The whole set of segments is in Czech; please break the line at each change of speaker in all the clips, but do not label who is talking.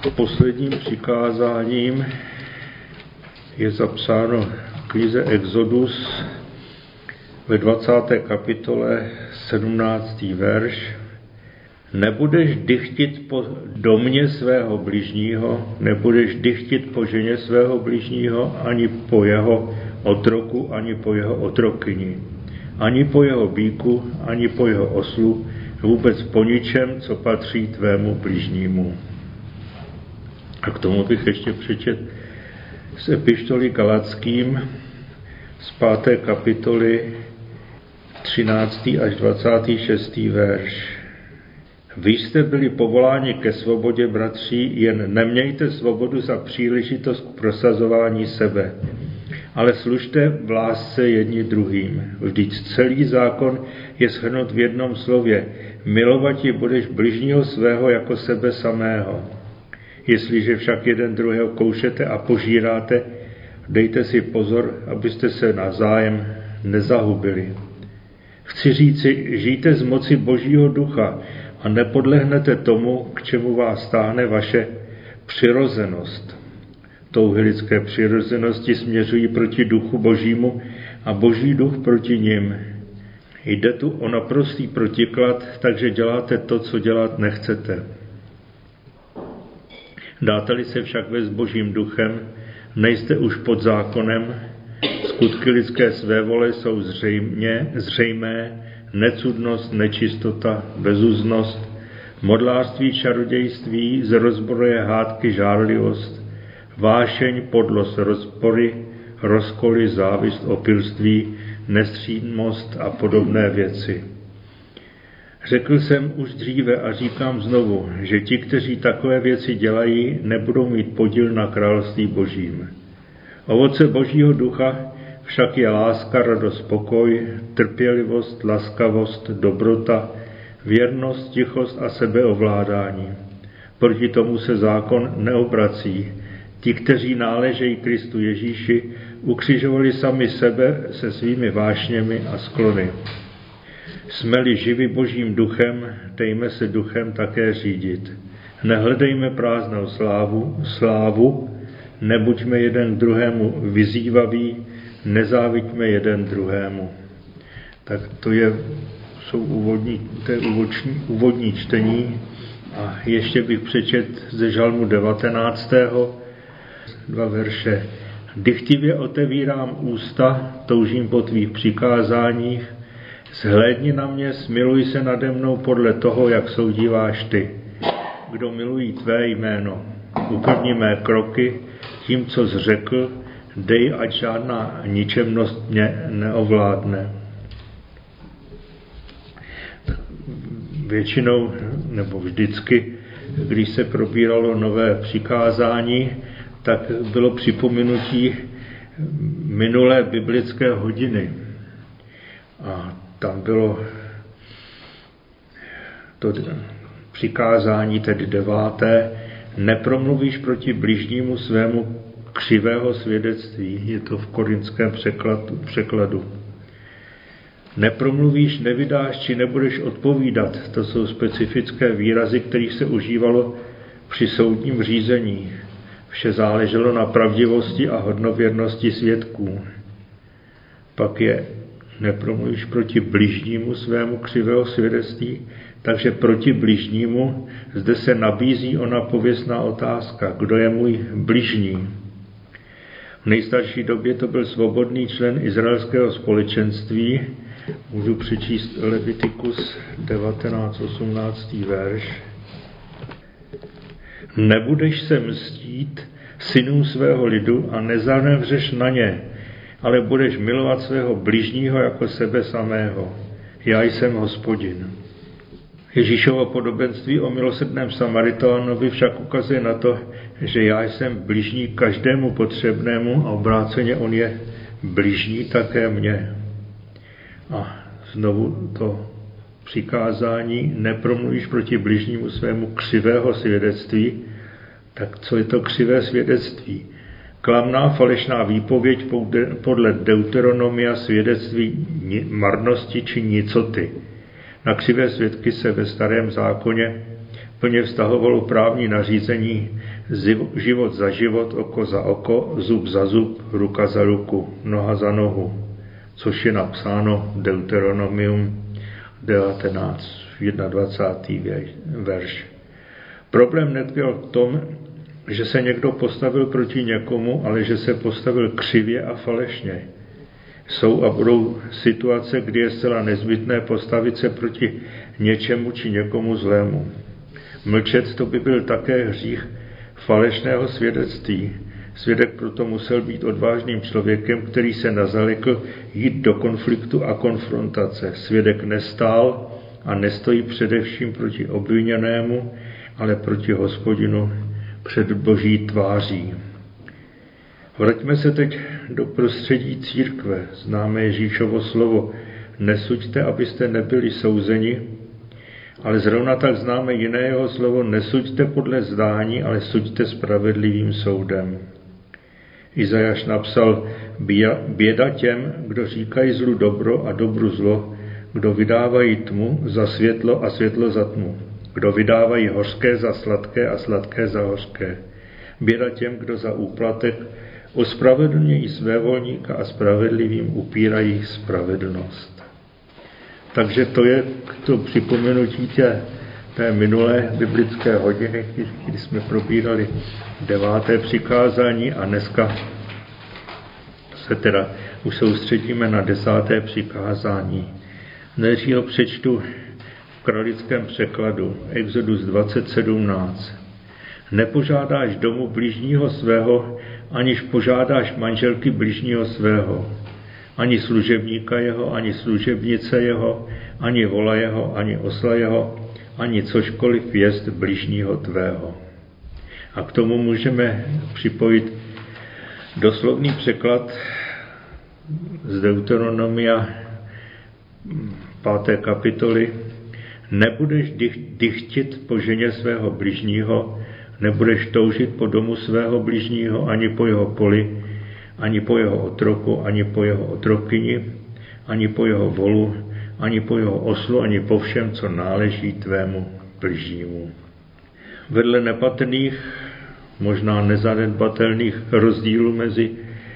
Posledním přikázáním je zapsáno v knize Exodus ve 20. kapitole 17. verš. Nebudeš dychtit po domě svého bližního, nebudeš dychtit po ženě svého bližního, ani po jeho otroku, ani po jeho otrokyni, ani po jeho býku, ani po jeho oslu, vůbec po ničem, co patří tvému bližnímu. A k tomu bych ještě přečet z epištoly Galatským z 5. kapitoly 13. až 26. verš. Vy jste byli povoláni ke svobodě, bratři, jen nemějte svobodu za příležitost k prosazování sebe, ale služte v lásce jedni druhým. Vždyť celý zákon je shrnut v jednom slově. Milovati budeš bližního svého jako sebe samého. Jestliže však jeden druhého koušete a požíráte, dejte si pozor, abyste se navzájem nezahubili. Chci říci, žijte z moci Božího ducha a nepodlehnete tomu, k čemu vás táhne vaše přirozenost. Touhy lidské přirozenosti směřují proti duchu Božímu a Boží duch proti nim. Jde tu o naprostý protiklad, takže děláte to, co dělat nechcete. Dáte-li se však vést Božím duchem, nejste už pod zákonem, skutky lidské svévole jsou zřejmé, necudnost, nečistota, bezúznost, modlářství, čarodějství, z rozbroje hádky, žárlivost, vášeň, podlost, rozpory, rozkoly, závist, opilství, nestřídmost a podobné věci. Řekl jsem už dříve a říkám znovu, že ti, kteří takové věci dělají, nebudou mít podíl na království Božím. Ovoce Božího ducha však je láska, radost, pokoj, trpělivost, laskavost, dobrota, věrnost, tichost a sebeovládání. Proti tomu se zákon neobrací. Ti, kteří náležejí Kristu Ježíši, ukřižovali sami sebe se svými vášněmi a sklony. Jsme-li živi Božím duchem, dejme se duchem také řídit. Nehledejme prázdnou slávu, nebuďme jeden druhému vyzývaví, nezáviďme jeden druhému. Tak to je úvodní čtení. A ještě bych přečet ze Žalmu 19. 2 verše. Dychtivě otevírám ústa, toužím po tvých přikázáních, zhlédni na mě, smiluj se nade mnou podle toho, jak soudíváš ty. Kdo milují tvé jméno, upevni mé kroky, tím, co jsi řekl, dej, ať žádná ničemnost mě neovládne. Většinou, nebo vždycky, když se probíralo nové přikázání, tak bylo připomenutí minulé biblické hodiny. A tam bylo to přikázání, tedy 9. Nepromluvíš proti bližnímu svému křivého svědectví. Je to v korinském překladu. Nepromluvíš, nevydáš, či nebudeš odpovídat. To jsou specifické výrazy, kterých se užívalo při soudním řízení. Vše záleželo na pravdivosti a hodnověrnosti svědků. Pak je nepromluvíš proti bližnímu svému křivého svědectví, takže proti bližnímu zde se nabízí ona pověstná otázka, kdo je můj bližní. V nejstarší době to byl svobodný člen izraelského společenství. Můžu přečíst Levitikus 19:18. verš. Nebudeš se mstít synům svého lidu a nezanevřeš na ně, ale budeš milovat svého bližního jako sebe samého. Já jsem Hospodin. Ježíšovo podobenství o milosrdném Samaritánovi však ukazuje na to, že já jsem bližní každému potřebnému a obráceně on je bližní také mně. A znovu to přikázání, nepromluvíš proti bližnímu svému křivého svědectví. Tak co je to křivé svědectví? Klamná falešná výpověď podle Deuteronomia, svědectví marnosti či nicoty. Na křivé svědky se ve Starém zákoně plně vztahovalo právní nařízení život za život, oko za oko, zub za zub, ruka za ruku, noha za nohu, což je napsáno v Deuteronomium 19, 21. verš. Problém netkvěl v tom, že se někdo postavil proti někomu, ale že se postavil křivě a falešně. Jsou a budou situace, kdy je zcela nezbytné postavit se proti něčemu či někomu zlému. Mlčet to by byl také hřích falešného svědectví. Svědek proto musel být odvážným člověkem, který se nezalekl jít do konfliktu a konfrontace. Svědek nestál a nestojí především proti obviněnému, ale proti Hospodinu před Boží tváří. Vraťme se teď do prostředí církve. Známe Ježíšovo slovo: nesuďte, abyste nebyli souzeni, ale zrovna tak známe jiné jeho slovo: nesuďte podle zdání, ale suďte spravedlivým soudem. Izajáš napsal: běda těm, kdo říkají zlu dobro a dobru zlo, kdo vydávají tmu za světlo a světlo za tmu, kdo vydávají hořké za sladké a sladké za hořké. Běda těm, kdo za úplatek ospravedlňují svévolníka a spravedlivým upírají spravedlnost. Takže to je to připomenutí té minulé biblické hodiny, kdy jsme probírali 9. přikázání a dneska se teda už soustředíme na 10. přikázání. Než ho přečtu v kralickém překladu, Exodus 20:17. Nepožádáš domu bližního svého, aniž požádáš manželky bližního svého, ani služebníka jeho, ani služebnice jeho, ani vola jeho, ani osla jeho, ani cožkoliv jest bližního tvého. A k tomu můžeme připojit doslovný překlad z Deuteronomia 5. kapitoly. Nebudeš dychtit po ženě svého bližního, nebudeš toužit po domu svého bližního, ani po jeho poli, ani po jeho otroku, ani po jeho otrokyni, ani po jeho volu, ani po jeho oslu, ani po všem, co náleží tvému bližnímu. Vedle nepatrných, možná nezanedbatelných rozdílů mezi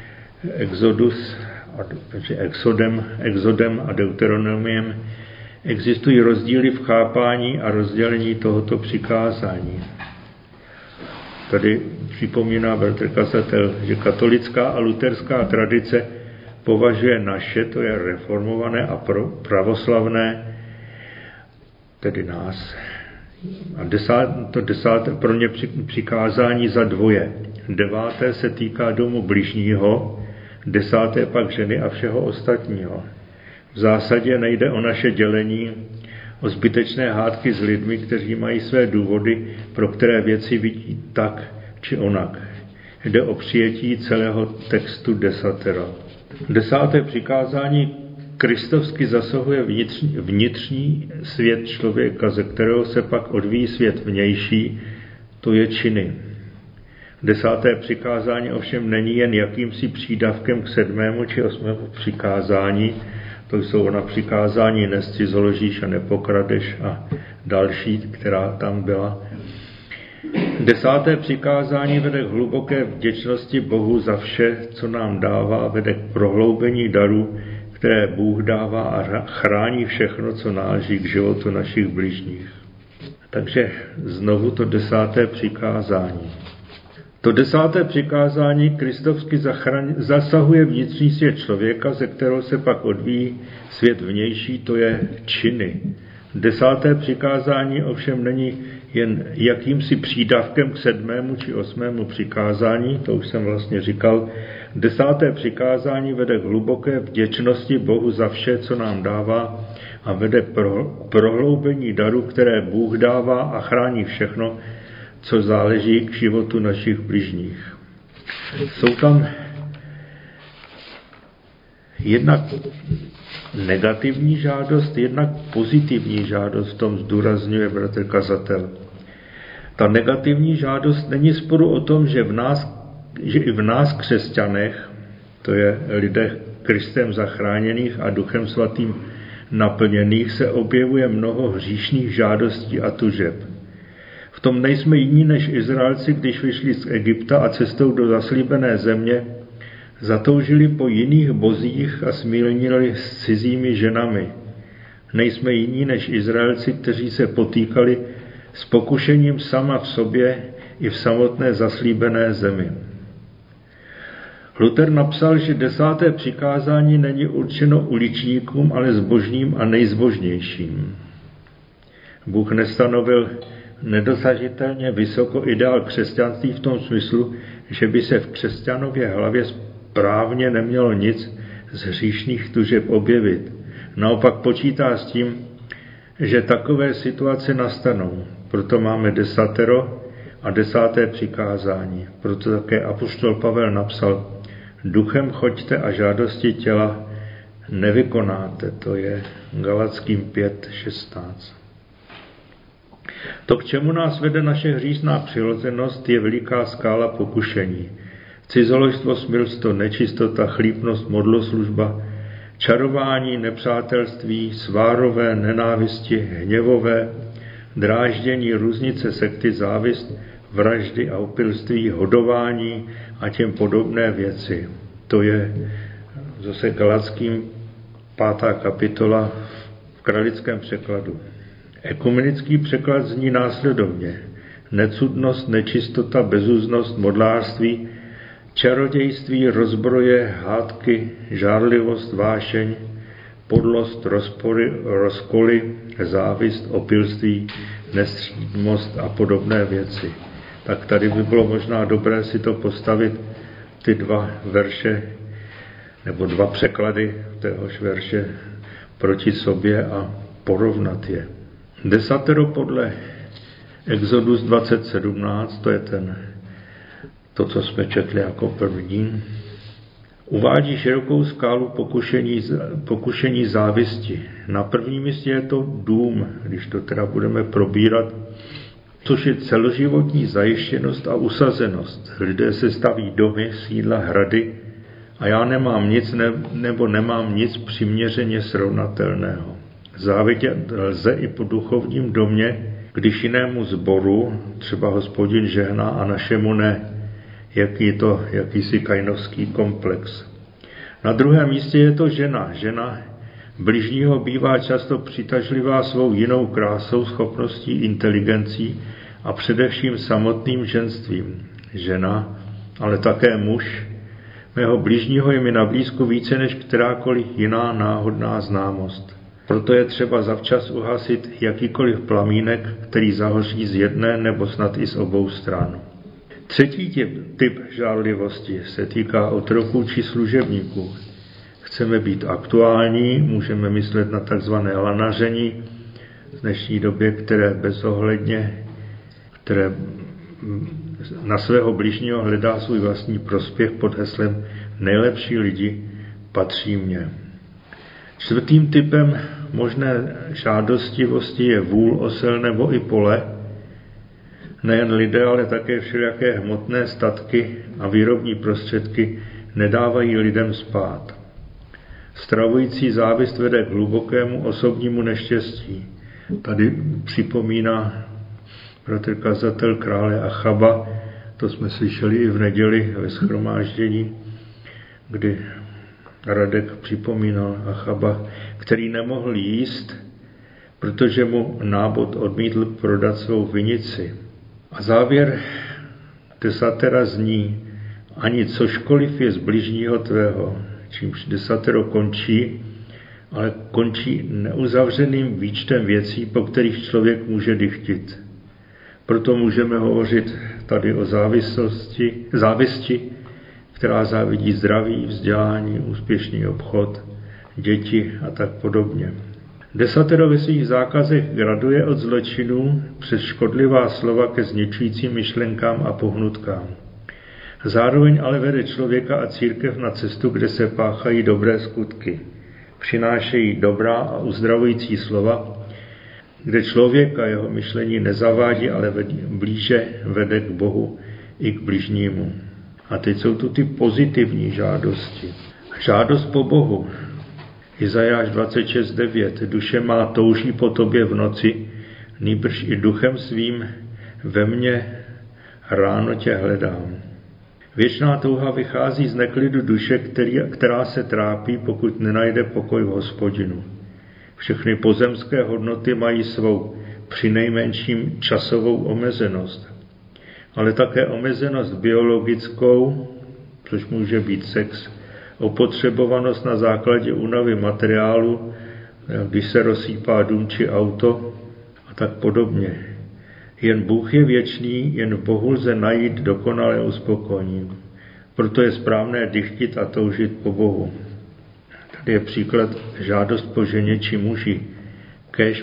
Exodem a Deuteronomiem existují rozdíly v chápání a rozdělení tohoto přikázání. Tady připomíná bratr kazatel, že katolická a luterská tradice považuje naše, to je reformované a pravoslavné, tedy nás, a desáté pro ně přikázání za dvoje. 9. se týká domu bližního, 10. pak ženy a všeho ostatního. V zásadě nejde o naše dělení, o zbytečné hádky s lidmi, kteří mají své důvody, pro které věci vidí tak či onak. Jde o přijetí celého textu desatera. 10. přikázání kristovsky zasahuje vnitřní svět člověka, ze kterého se pak odvíjí svět vnější, to je činy. 10. přikázání ovšem není jen jakýmsi přídavkem k 7. či 8. přikázání, to jsou ona přikázání nezcizoložíš a nepokradeš a další, která tam byla. 10. přikázání vede k hluboké vděčnosti Bohu za vše, co nám dává, vede k prohloubení darů, které Bůh dává a chrání všechno, co náleží k životu našich bližních. Takže znovu to 10. přikázání. To 10. přikázání kristovsky zasahuje vnitřní svět člověka, ze kterého se pak odvíjí svět vnější, to je činy. 10. přikázání ovšem není jen jakýmsi přídavkem k 7. či 8. přikázání, to už jsem vlastně říkal. 10. přikázání vede k hluboké vděčnosti Bohu za vše, co nám dává a vede prohloubení daru, které Bůh dává a chrání všechno, co záleží k životu našich bližních. Jsou tam jednak negativní žádost, jednak pozitivní žádost, v tom zdůrazňuje bratr kazatel. Ta negativní žádost není sporu o tom, že i v nás křesťanech, to je lidech Kristem zachráněných a Duchem Svatým naplněných, se objevuje mnoho hříšných žádostí a tužeb. V tom nejsme jiní než Izraelci, když vyšli z Egypta a cestou do zaslíbené země zatoužili po jiných bozích a smilnili s cizími ženami. Nejsme jiní než Izraelci, kteří se potýkali s pokušením sama v sobě i v samotné zaslíbené zemi. Luther napsal, že 10. přikázání není určeno uličníkům, ale zbožným a nejzbožnějším. Bůh nestanovil nedosažitelně vysoko ideál křesťanství v tom smyslu, že by se v křesťanově hlavě správně nemělo nic z hříšných tužeb objevit. Naopak počítá s tím, že takové situace nastanou. Proto máme 10. a 10. přikázání. Proto také apoštol Pavel napsal: duchem choďte a žádosti těla nevykonáte. To je Galatským 5:16. To, k čemu nás vede naše hříšná přirozenost, je veliká skála pokušení. Cizoložstvo, smilstvo, nečistota, chlípnost, modloslužba, čarování, nepřátelství, svárové, nenávisti, hněvové, dráždění, různice, sekty, závist, vraždy a opilství, hodování a těm podobné věci. To je zase Galatským 5. kapitola v kralickém překladu. Ekumenický překlad zní následovně: necudnost, nečistota, bezúznost, modlářství, čarodějství, rozbroje, hádky, žárlivost, vášeň, podlost, rozpory, rozkoly, závist, opilství, nestřídmost a podobné věci. Tak tady by bylo možná dobré si to postavit, ty 2 verše, nebo 2 překlady téhož verše proti sobě a porovnat je. 10. podle Exodus 20:17, to je to, co jsme četli jako první, uvádí širokou skálu pokušení závisti. Na prvním místě je to dům, když to teda budeme probírat, což je celoživotní zajištěnost a usazenost. Lidé se staví domy, sídla, hrady a já nemám nic nebo nemám nic přiměřeně srovnatelného. Závidět lze i po duchovním domě, když jinému sboru, třeba Hospodin žehná a našemu ne, jakýsi kainovský komplex. Na druhém místě je to žena. Žena bližního bývá často přitažlivá svou jinou krásou, schopností, inteligencí a především samotným ženstvím. Žena, ale také muž, mého bližního je mi na blízku více než kterákoliv jiná náhodná známost. Proto je třeba zavčas uhasit jakýkoliv plamínek, který zahoří z jedné nebo snad i z obou stran. Třetí typ žárlivosti se týká otroků či služebníků. Chceme být aktuální, můžeme myslet na takzvané lanaření v dnešní době, které na svého bližního hledá svůj vlastní prospěch pod heslem nejlepší lidi patří mně. Čtvrtým typem možné žádostivosti je vůl, osel nebo i pole. Nejen lidé, ale také všelijaké hmotné statky a výrobní prostředky nedávají lidem spát. Stravující závist vede k hlubokému osobnímu neštěstí. Tady připomíná bratr kazatel krále Achaba, to jsme slyšeli i v neděli ve shromáždění, kdy Radek připomínal Achaba, který nemohl jíst, protože mu Nábot odmítl prodat svou vinici. A závěr desatera zní: ani cožkoliv je z bližního tvého, čímž desatero končí, ale končí neuzavřeným výčtem věcí, po kterých člověk může dychtit. Proto můžeme hovořit tady o závisti, která závidí zdraví, vzdělání, úspěšný obchod, děti a tak podobně. Desatero ve svých zákazech graduje od zločinů přes škodlivá slova ke zničujícím myšlenkám a pohnutkám. Zároveň ale vede člověka a církev na cestu, kde se páchají dobré skutky. Přinášejí dobrá a uzdravující slova, kde člověka jeho myšlení nezavádí, ale blíže vede k Bohu i k bližnímu. A teď jsou tu ty pozitivní žádosti. Žádost po Bohu. Izajáš 26:9. Duše má touží po tobě v noci, nýbrž i duchem svým ve mně ráno tě hledám. Věčná touha vychází z neklidu duše, která se trápí, pokud nenajde pokoj v Hospodinu. Všechny pozemské hodnoty mají svou přinejmenším časovou omezenost, ale také omezenost biologickou, což může být sex, opotřebovanost na základě únavy materiálu, když se rozsýpá dům či auto a tak podobně. Jen Bůh je věčný, jen v Bohu lze najít dokonalé uspokojení. Proto je správné dychtit a toužit po Bohu. Tady je příklad žádost po ženě či muži. Kéž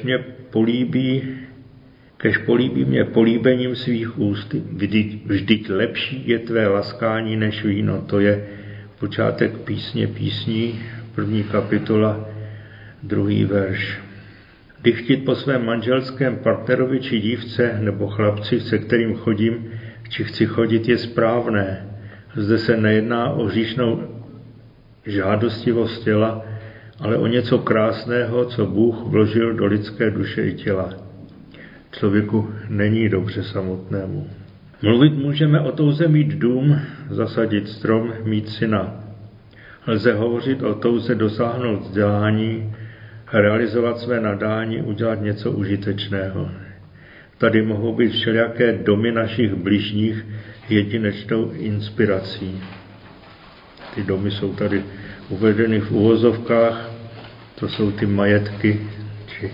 políbí mě políbením svých úst, vždyť lepší je tvé laskání než víno. To je počátek písně písní, 1. kapitola, 2. verš. Dychtit po svém manželském partnerovi či dívce nebo chlapci, se kterým chodím, či chci chodit, je správné. Zde se nejedná o hříšnou žádostivost těla, ale o něco krásného, co Bůh vložil do lidské duše i těla. Člověku není dobře samotnému. Mluvit můžeme o touze mít dům, zasadit strom, mít syna. Lze hovořit o touze dosáhnout vzdělání, realizovat své nadání, udělat něco užitečného. Tady mohou být všelijaké domy našich bližních jedinečnou inspirací. Ty domy jsou tady uvedeny v uvozovkách, to jsou ty majetky, či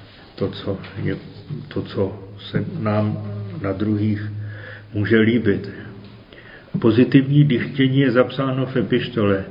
to, co se nám na druhých může líbit. Pozitivní dychtění je zapsáno v epištole.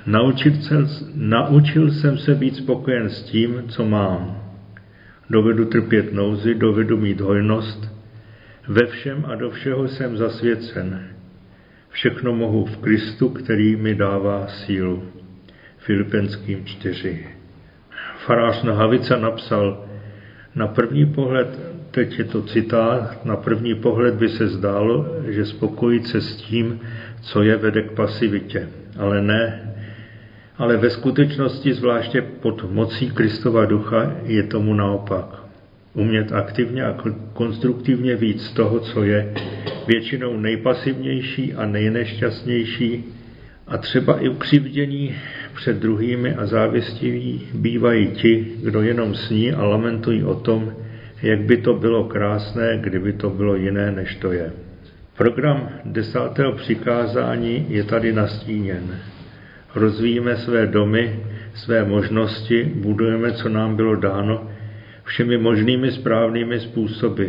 Naučil jsem se být spokojen s tím, co mám. Dovedu trpět nouzi, dovedu mít hojnost. Ve všem a do všeho jsem zasvěcen. Všechno mohu v Kristu, který mi dává sílu. Filipenským 4. Farář Nohavica napsal, na první pohled, teď je to citát, na první pohled by se zdálo, že spokojit se s tím, co je, vede k pasivitě. Ale ne. Ale ve skutečnosti, zvláště pod mocí Kristova ducha, je tomu naopak. Umět aktivně a konstruktivně víc z toho, co je, většinou nejpasivnější a nejnešťastnější, a třeba i ukřivdění před druhými a závistiví bývají ti, kdo jenom sní a lamentují o tom, jak by to bylo krásné, kdyby to bylo jiné, než to je. Program 10. přikázání je tady nastíněn. Rozvíjíme své domy, své možnosti, budujeme, co nám bylo dáno, všemi možnými správnými způsoby,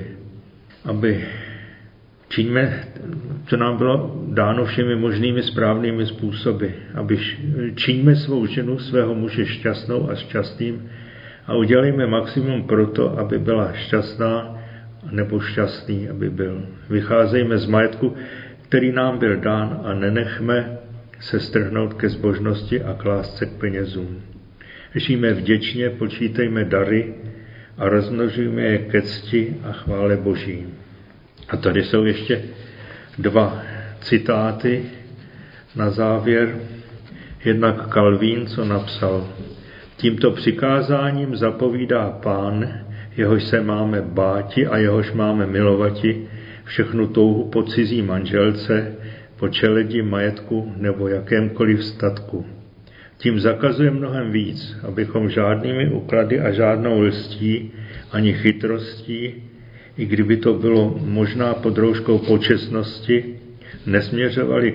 činíme, co nám bylo dáno všemi možnými správnými způsoby, činíme svou ženu, svého muže šťastnou a šťastným a udělejme maximum pro to, aby byla šťastná nebo šťastný, aby byl. Vycházejme z majetku, který nám byl dán a nenechme se strhnout ke zbožnosti a klást se k penězům. Žijme vděčně, počítejme dary a rozmnožujme je ke cti a chvále Boží. A tady jsou ještě 2 citáty na závěr. Jednak Kalvín, co napsal. Tímto přikázáním zapovídá Pán, jehož se máme báti a jehož máme milovati, všechnu touhu po cizí manželce, po čeledi, majetku nebo jakémkoliv statku. Tím zakazuje mnohem víc, abychom žádnými úklady a žádnou lstí ani chytrostí, i kdyby to bylo možná pod rouškou počestnosti, nesměřovali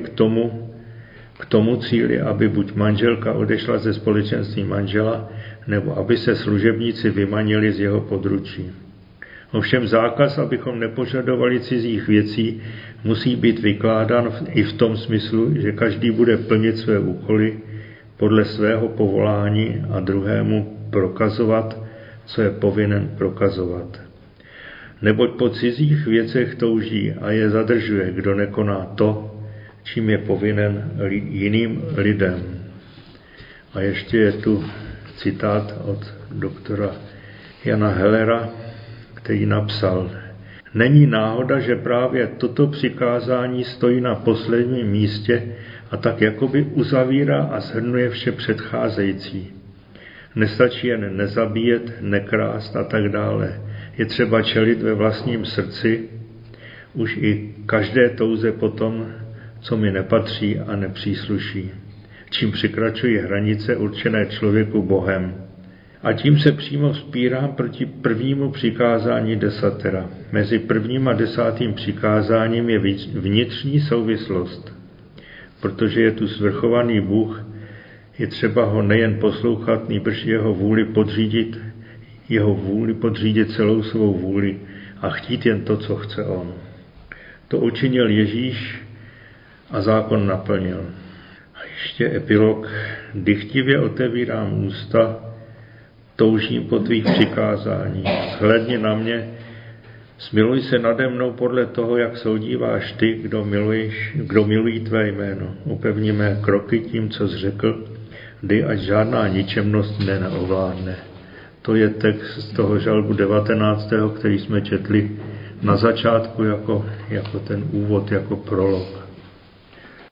k tomu cíli, aby buď manželka odešla ze společenství manžela, nebo aby se služebníci vymanili z jeho područí. Ovšem zákaz, abychom nepožadovali cizích věcí, musí být vykládán i v tom smyslu, že každý bude plnit své úkoly podle svého povolání a druhému prokazovat, co je povinen prokazovat. Neboť po cizích věcech touží a je zadržuje, kdo nekoná to, čím je povinen jiným lidem. A ještě je tu citát od doktora Jana Hellera, který napsal: Není náhoda, že právě toto přikázání stojí na posledním místě a tak jakoby uzavírá a shrnuje vše předcházející. Nestačí jen nezabíjet, nekrást a tak dále. Je třeba čelit ve vlastním srdci, už i každé touze po tom, co mi nepatří a nepřísluší, čím překračuji hranice určené člověku Bohem. A tím se přímo vzpírám proti prvnímu přikázání desatera. Mezi prvním a 10. přikázáním je vnitřní souvislost. Protože je tu svrchovaný Bůh, je třeba ho nejen poslouchat, nýbrž jeho vůli podřídit celou svou vůli a chtít jen to, co chce on. To učinil Ježíš a zákon naplnil. A ještě epilog. Dychtivě otevírám ústa, toužím po tvých přikázáních. Zhlédni na mě, smiluj se nade mnou podle toho, jak soudíváš ty, kdo milují tvé jméno. Upevni mé kroky tím, co jsi řekl, dej, ať žádná ničemnost mne neovládne. To je text z toho žalbu 19., který jsme četli na začátku jako ten úvod, jako prolog.